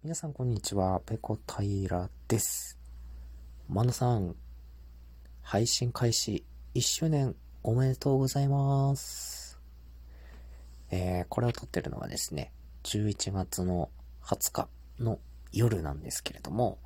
皆さんこんにちは、ペコ平です。マノさん、配信開始1周年おめでとうございます。これを撮ってるのはですね、11月の20日の夜なんですけれども、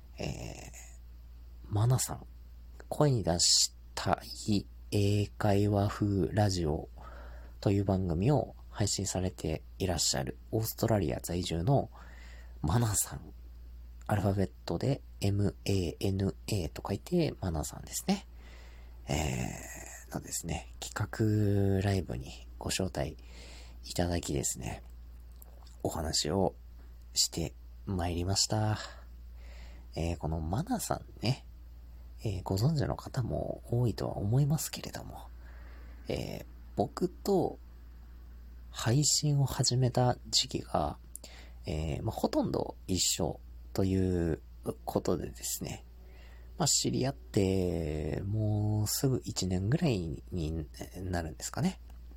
マナさん、声に出したい英会話風ラジオという番組を配信されていらっしゃるオーストラリア在住のマナさん、アルファベットで MANA と書いてマナさんですね。のですね、企画ライブにご招待いただきですね、お話をしてまいりました。このマナさんね、ご存知の方も多いとは思いますけれども、僕と配信を始めた時期が、ほとんど一緒ということでですね、知り合って、もうすぐ1年ぐらいになるんですかね。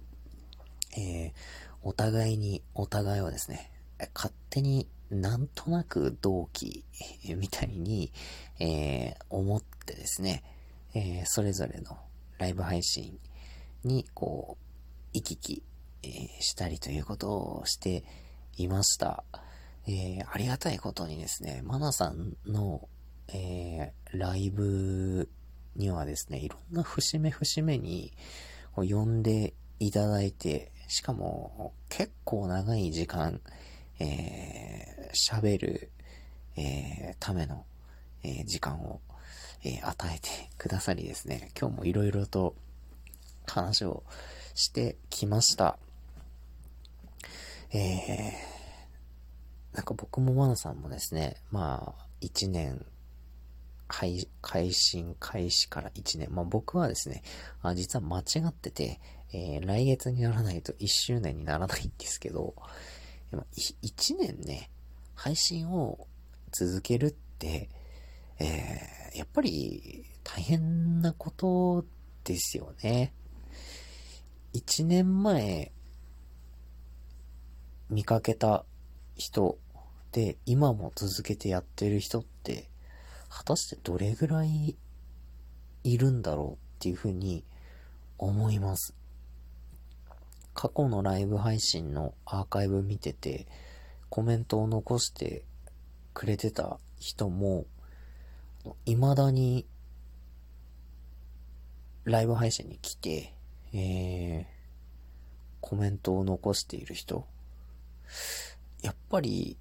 お互いにお互いをですね、勝手になんとなく同期みたいに、思ってですね、それぞれのライブ配信にこう、行き来、したりということをしていました。ありがたいことにですね、マナさんの、ライブにはですね、いろんな節目節目にこう呼んでいただいて、しかも結構長い時間、喋る、ための、時間を、与えてくださりですね、今日もいろいろと話をしてきました。なんか僕もマナさんもですね、1年配信開始から1年。僕はですね、実は間違ってて、来月にならないと1周年にならないんですけど、1年ね、配信を続けるって、やっぱり大変なことですよね。1年前見かけた人で今も続けてやってる人って果たしてどれぐらいいるんだろうっていうふうに思います。過去のライブ配信のアーカイブ見ててコメントを残してくれてた人も未だにライブ配信に来て、コメントを残している人、やっぱり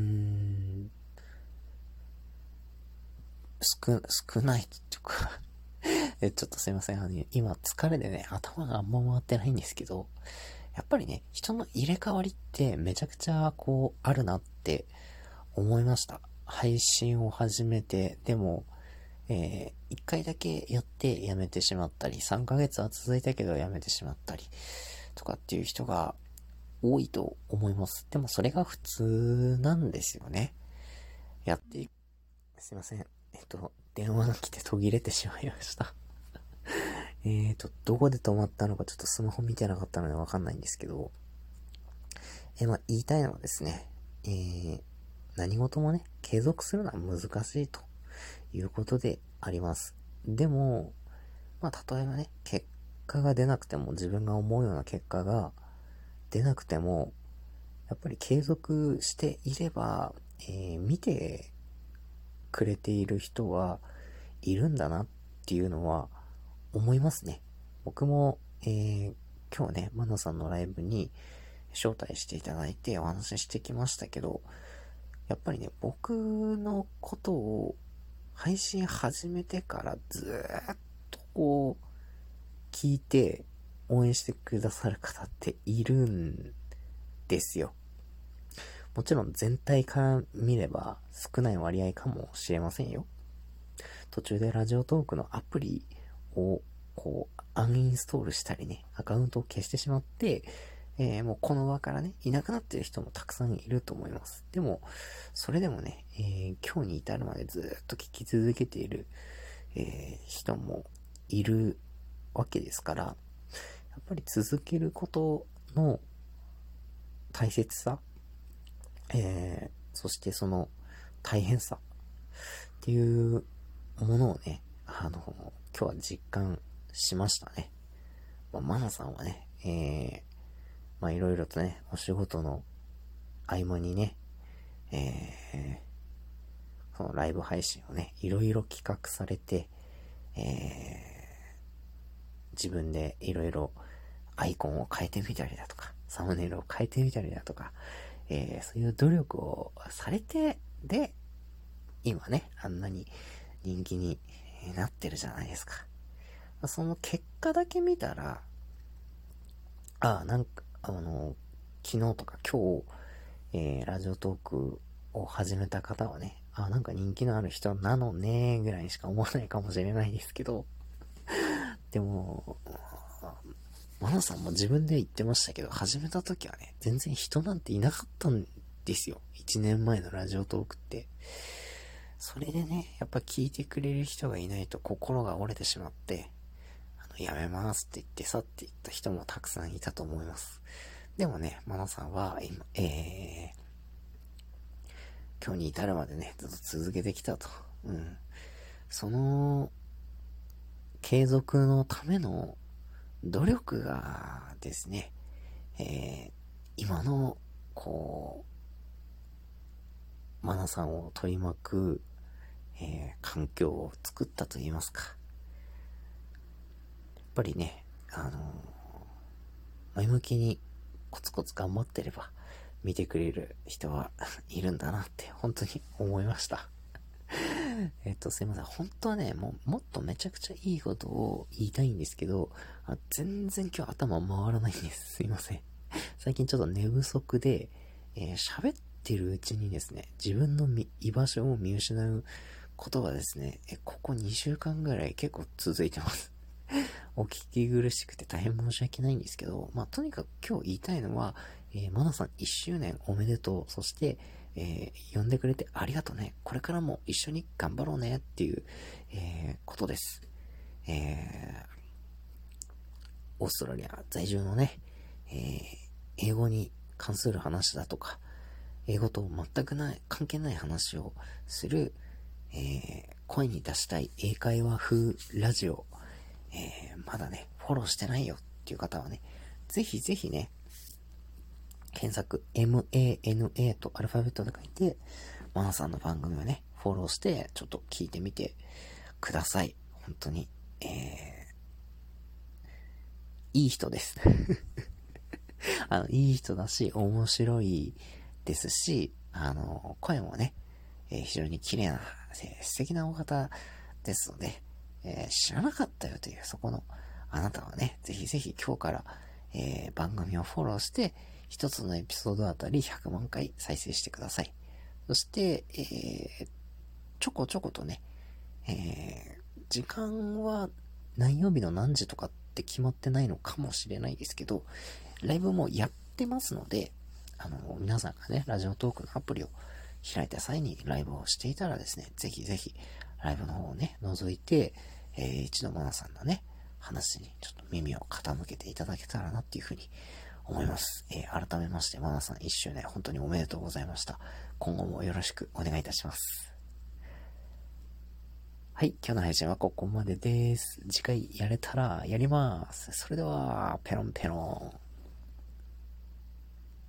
少ないというかちょっとすいません。今疲れでね、頭があんま回ってないんですけど、やっぱりね、人の入れ替わりってめちゃくちゃこう、あるなって思いました。配信を始めて、でも、1回だけやってやめてしまったり、3ヶ月は続いたけどやめてしまったり、とかっていう人が多いと思います。でもそれが普通なんですよね。やっていすいません。電話が来て途切れてしまいました。どこで止まったのかちょっとスマホ見てなかったのでわかんないんですけど、言いたいのはですね、何事もね、継続するのは難しいということであります。でも、例えばね、結果が出なくても、自分が思うような結果が出なくても、やっぱり継続していれば、見てくれている人はいるんだなっていうのは思いますね。僕も、今日ね、マノさんのライブに招待していただいてお話ししてきましたけど、やっぱりね、僕のことを配信始めてからずーっとこう、聞いて応援してくださる方っているんですよ。もちろん全体から見れば少ない割合かもしれませんよ。途中でラジオトークのアプリをこうアンインストールしたりね、アカウントを消してしまって、もうこの場からね、いなくなってる人もたくさんいると思います。でも、それでもね、今日に至るまでずっと聞き続けている、人もいるわけですから、やっぱり続けることの大切さ、 そしてその大変さっていうものをね、今日は実感しましたね。マナさんはね、いろいろとね、お仕事の合間にね、そのライブ配信をね、いろいろ企画されて、自分でいろいろアイコンを変えてみたりだとか、サムネイルを変えてみたりだとか、そういう努力をされて、で、今ね、あんなに人気になってるじゃないですか。その結果だけ見たら、なんか、昨日とか今日、ラジオトークを始めた方はね、なんか人気のある人なのね、ぐらいにしか思わないかもしれないですけど、でも、マナさんも自分で言ってましたけど、始めた時はね、全然人なんていなかったんですよ。1年前のラジオトークって。それでね、やっぱ聞いてくれる人がいないと心が折れてしまって、やめますって言って去っていった人もたくさんいたと思います。でもね、マナさんは今、今日に至るまでね、ずっと続けてきたと。その、継続のための努力がですね、今の、マナさんを取り巻く、環境を作ったと言いますか。やっぱりね、前向きにコツコツ頑張ってれば、見てくれる人はいるんだなって本当に思いました。すいません。本当はね、もっとめちゃくちゃいいことを言いたいんですけど、全然今日頭回らないんです。すいません。最近ちょっと寝不足で、喋ってるうちにですね、自分の居場所を見失うことがですね、ここ2週間ぐらい結構続いてます。お聞き苦しくて大変申し訳ないんですけど、とにかく今日言いたいのは、マナさん1周年おめでとう。そして、呼んでくれてありがとうね。これからも一緒に頑張ろうねっていう、ことです。オーストラリア在住のね、英語に関する話だとか、英語と全く関係ない話をする、声に出したい英会話風ラジオ、まだね、フォローしてないよっていう方はね、ぜひぜひね、検索、MANA とアルファベットで書いて、マナさんの番組をね、フォローして、ちょっと聞いてみてください。本当に、いい人です。いい人だし、面白いですし、声もね、非常に綺麗な、素敵なお方ですので、知らなかったよという、そこの、あなたはね、ぜひぜひ今日から、番組をフォローして、一つのエピソードあたり100万回再生してください。そして、ちょこちょことね、時間は何曜日の何時とかって決まってないのかもしれないですけど、ライブもやってますので、皆さんがね、ラジオトークのアプリを開いた際にライブをしていたらですね、ぜひぜひライブの方をね、覗いて、一度マナさんのね、話にちょっと耳を傾けていただけたらなっていうふうに思います。改めまして、マナさん1周年本当におめでとうございました。今後もよろしくお願いいたします。はい、今日の配信はここまでです。次回やれたらやります。それでは、ペロンペロン。